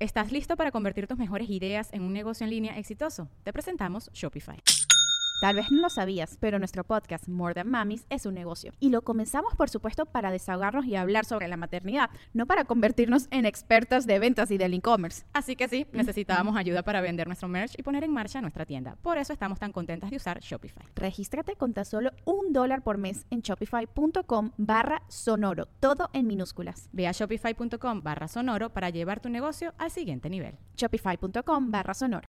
¿Estás listo para convertir tus mejores ideas en un negocio en línea exitoso? Te presentamos Shopify. Tal vez no lo sabías, pero nuestro podcast More Than Mamis es un negocio. Y lo comenzamos, por supuesto, para desahogarnos y hablar sobre la maternidad, no para convertirnos en expertas de ventas y del e-commerce. Así que sí, necesitábamos ayuda para vender nuestro merch y poner en marcha nuestra tienda. Por eso estamos tan contentas de usar Shopify. Regístrate con tan solo $1 por mes en shopify.com/sonoro, todo en minúsculas. Ve a shopify.com/sonoro para llevar tu negocio al siguiente nivel. Shopify.com/sonoro.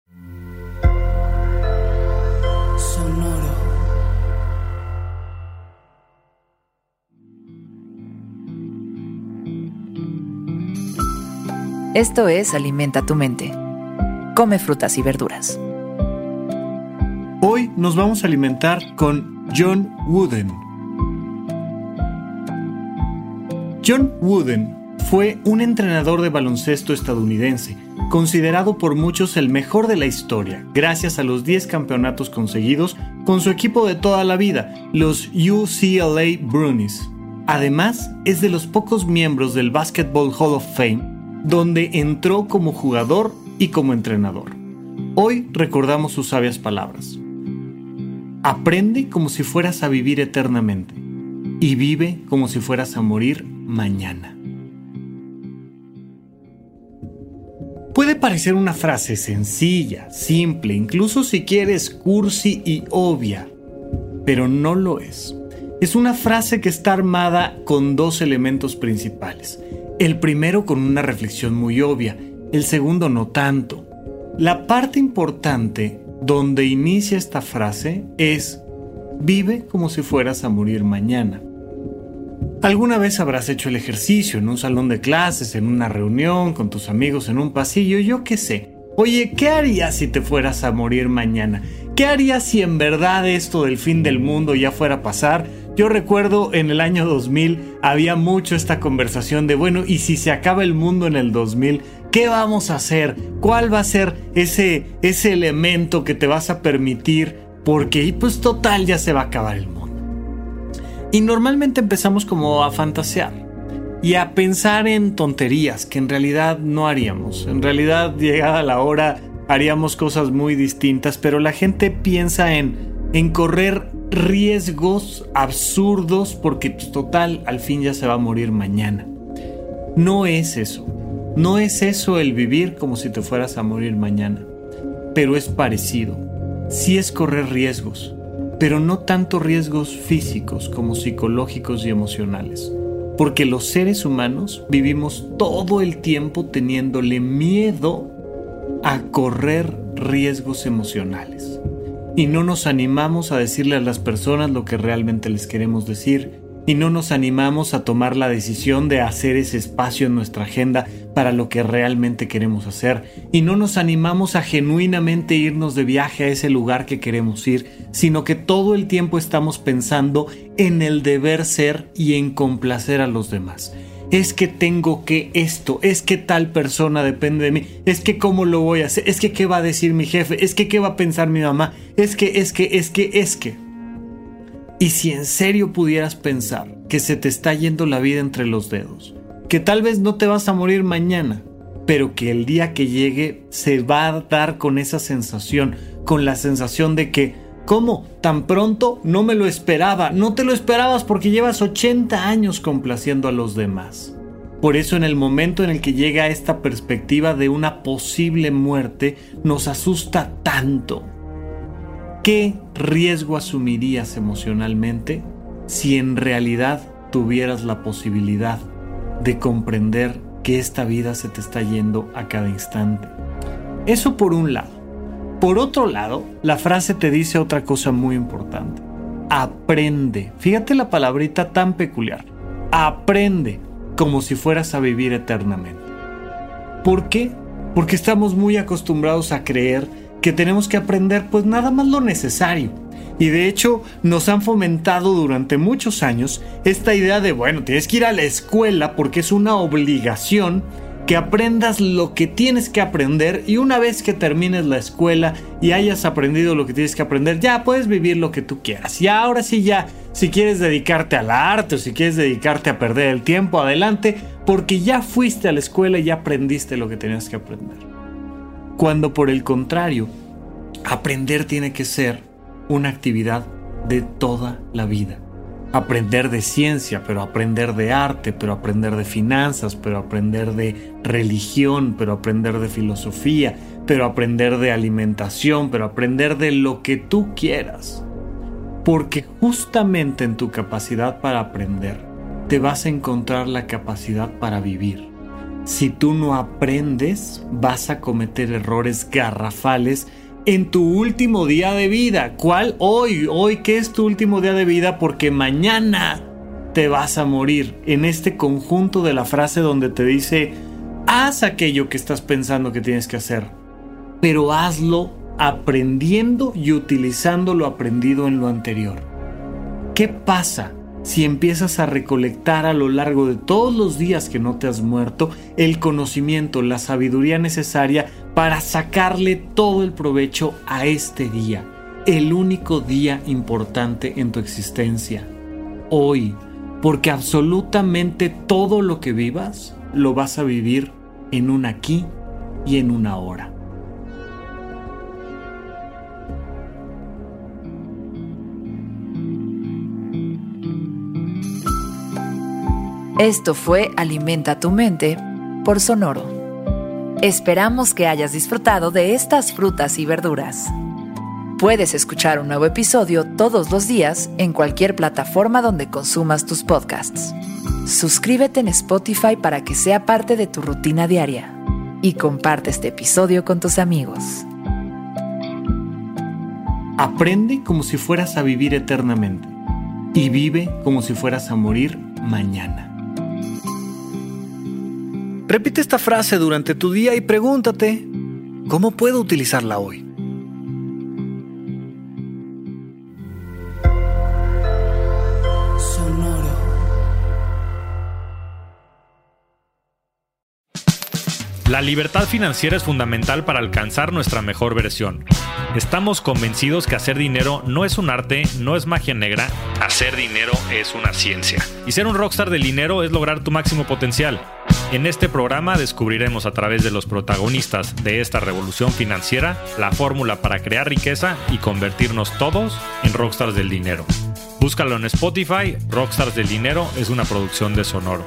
Sonoro. Esto es Alimenta tu mente. Come frutas y verduras. Hoy nos vamos a alimentar con John Wooden. John Wooden fue un entrenador de baloncesto estadounidense, considerado por muchos el mejor de la historia, gracias a los 10 campeonatos conseguidos con su equipo de toda la vida, los UCLA Bruins. Además, es de los pocos miembros del Basketball Hall of Fame donde entró como jugador y como entrenador. Hoy recordamos sus sabias palabras. Aprende como si fueras a vivir eternamente y vive como si fueras a morir mañana. Puede parecer una frase sencilla, simple, incluso si quieres cursi y obvia, pero no lo es. Es una frase que está armada con 2 elementos principales. El primero con una reflexión muy obvia, el segundo no tanto. La parte importante donde inicia esta frase es: vive como si fueras a morir mañana. ¿Alguna vez habrás hecho el ejercicio en un salón de clases, en una reunión, con tus amigos en un pasillo? Yo qué sé. Oye, ¿qué harías si te fueras a morir mañana? ¿Qué harías si en verdad esto del fin del mundo ya fuera a pasar? Yo recuerdo en el año 2000 había mucho esta conversación de, bueno, ¿y si se acaba el mundo en el 2000? ¿Qué vamos a hacer? ¿Cuál va a ser ese elemento que te vas a permitir? Porque pues total ya se va a acabar el mundo. Y normalmente empezamos como a fantasear y a pensar en tonterías que en realidad no haríamos. En realidad, llegada la hora, haríamos cosas muy distintas, pero la gente piensa en correr riesgos absurdos porque total, al fin ya se va a morir mañana. No es eso. No es eso el vivir como si te fueras a morir mañana. Pero es parecido. Sí es correr riesgos, pero no tanto riesgos físicos como psicológicos y emocionales. Porque los seres humanos vivimos todo el tiempo teniéndole miedo a correr riesgos emocionales. Y no nos animamos a decirle a las personas lo que realmente les queremos decir. Y no nos animamos a tomar la decisión de hacer ese espacio en nuestra agenda para lo que realmente queremos hacer. Y no nos animamos a genuinamente irnos de viaje a ese lugar que queremos ir, sino que todo el tiempo estamos pensando en el deber ser y en complacer a los demás. Es que tengo que esto, es que tal persona depende de mí, es que cómo lo voy a hacer, es que qué va a decir mi jefe, es que qué va a pensar mi mamá, es que. Y si en serio pudieras pensar que se te está yendo la vida entre los dedos, que tal vez no te vas a morir mañana, pero que el día que llegue se va a dar con esa sensación, con la sensación de que, ¿cómo? ¿Tan pronto? No me lo esperaba. No te lo esperabas porque llevas 80 años complaciendo a los demás. Por eso en el momento en el que llega esta perspectiva de una posible muerte, nos asusta tanto. ¿Qué riesgo asumirías emocionalmente si en realidad tuvieras la posibilidad de comprender que esta vida se te está yendo a cada instante? Eso por un lado. Por otro lado, la frase te dice otra cosa muy importante. Aprende. Fíjate la palabrita tan peculiar. Aprende como si fueras a vivir eternamente. ¿Por qué? Porque estamos muy acostumbrados a creer que tenemos que aprender pues nada más lo necesario. Y de hecho nos han fomentado durante muchos años esta idea de, bueno, tienes que ir a la escuela porque es una obligación que aprendas lo que tienes que aprender y una vez que termines la escuela y hayas aprendido lo que tienes que aprender, ya puedes vivir lo que tú quieras. Y ahora sí ya, si quieres dedicarte al arte o si quieres dedicarte a perder el tiempo, adelante, porque ya fuiste a la escuela y ya aprendiste lo que tenías que aprender. Cuando por el contrario, aprender tiene que ser una actividad de toda la vida. Aprender de ciencia, pero aprender de arte, pero aprender de finanzas, pero aprender de religión, pero aprender de filosofía, pero aprender de alimentación, pero aprender de lo que tú quieras. Porque justamente en tu capacidad para aprender, te vas a encontrar la capacidad para vivir. Si tú no aprendes, vas a cometer errores garrafales en tu último día de vida. ¿Cuál? Hoy, ¿qué es tu último día de vida? Porque mañana te vas a morir. En este conjunto de la frase donde te dice, haz aquello que estás pensando que tienes que hacer, pero hazlo aprendiendo y utilizando lo aprendido en lo anterior. ¿Qué pasa si empiezas a recolectar a lo largo de todos los días que no te has muerto el conocimiento, la sabiduría necesaria para sacarle todo el provecho a este día, el único día importante en tu existencia? Hoy, porque absolutamente todo lo que vivas lo vas a vivir en un aquí y en una ahora. Esto fue Alimenta tu mente por Sonoro. Esperamos que hayas disfrutado de estas frutas y verduras. Puedes escuchar un nuevo episodio todos los días en cualquier plataforma donde consumas tus podcasts. Suscríbete en Spotify para que sea parte de tu rutina diaria y comparte este episodio con tus amigos. Aprende como si fueras a vivir eternamente y vive como si fueras a morir mañana. Repite esta frase durante tu día y pregúntate, ¿cómo puedo utilizarla hoy? La libertad financiera es fundamental para alcanzar nuestra mejor versión. Estamos convencidos que hacer dinero no es un arte, no es magia negra. Hacer dinero es una ciencia. Y ser un rockstar del dinero es lograr tu máximo potencial. En este programa descubriremos a través de los protagonistas de esta revolución financiera la fórmula para crear riqueza y convertirnos todos en rockstars del dinero. Búscalo en Spotify. Rockstars del Dinero es una producción de Sonoro.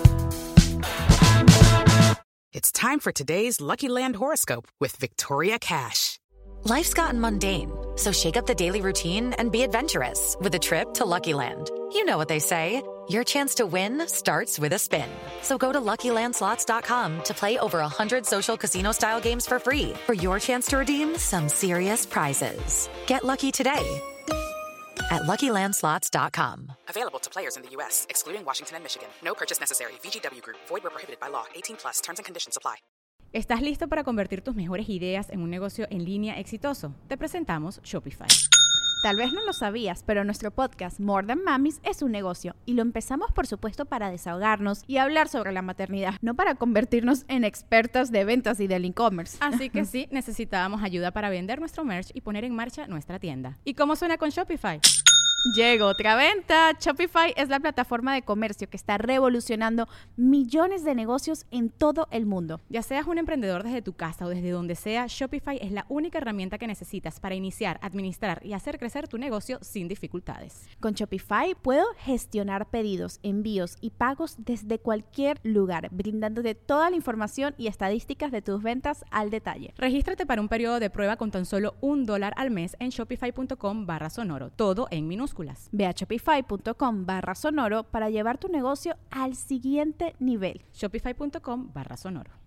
It's time for today's Lucky Land horoscope with Victoria Cash. Life's gotten mundane, so shake up the daily routine and be adventurous with a trip to Lucky Land. You know what they say, your chance to win starts with a spin. So go to LuckyLandSlots.com to play over 100 social casino-style games for free for your chance to redeem some serious prizes. Get lucky today at LuckyLandSlots.com. Available to players in the U.S., excluding Washington and Michigan. No purchase necessary. VGW Group. Void where prohibited by law. 18+. Terms and conditions apply. ¿Estás listo para convertir tus mejores ideas en un negocio en línea exitoso? Te presentamos Shopify. Tal vez no lo sabías, pero nuestro podcast More Than Mamis es un negocio y lo empezamos por supuesto para desahogarnos y hablar sobre la maternidad, no para convertirnos en expertas de ventas y del e-commerce. Así que sí, necesitábamos ayuda para vender nuestro merch y poner en marcha nuestra tienda. ¿Y cómo suena con Shopify? Llegó otra venta. Shopify es la plataforma de comercio que está revolucionando millones de negocios en todo el mundo. Ya seas un emprendedor desde tu casa o desde donde sea, Shopify es la única herramienta que necesitas para iniciar, administrar y hacer crecer tu negocio sin dificultades. Con Shopify puedo gestionar pedidos, envíos y pagos desde cualquier lugar, brindándote toda la información y estadísticas de tus ventas al detalle. Regístrate para un periodo de prueba con tan solo $1 al mes en shopify.com/sonoro, todo en minúsculas. Ve a shopify.com/sonoro para llevar tu negocio al siguiente nivel. Shopify.com/sonoro.